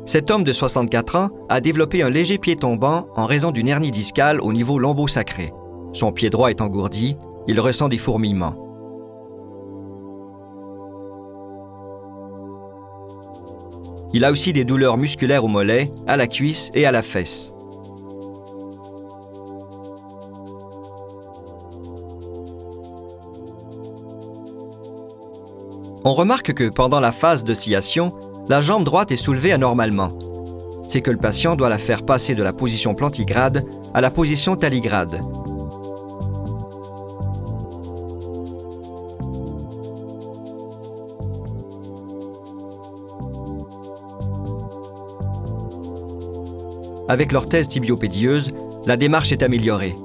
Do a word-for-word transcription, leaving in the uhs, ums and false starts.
Cet homme de soixante-quatre ans a développé un léger pied tombant en raison d'une hernie discale au niveau lombo-sacré. Son pied droit est engourdi, il ressent des fourmillements. Il a aussi des douleurs musculaires au mollet, à la cuisse et à la fesse. On remarque que pendant la phase d'oscillation, la jambe droite est soulevée anormalement. C'est que le patient doit la faire passer de la position plantigrade à la position taligrade. Avec l'orthèse tibiopédieuse, la démarche est améliorée.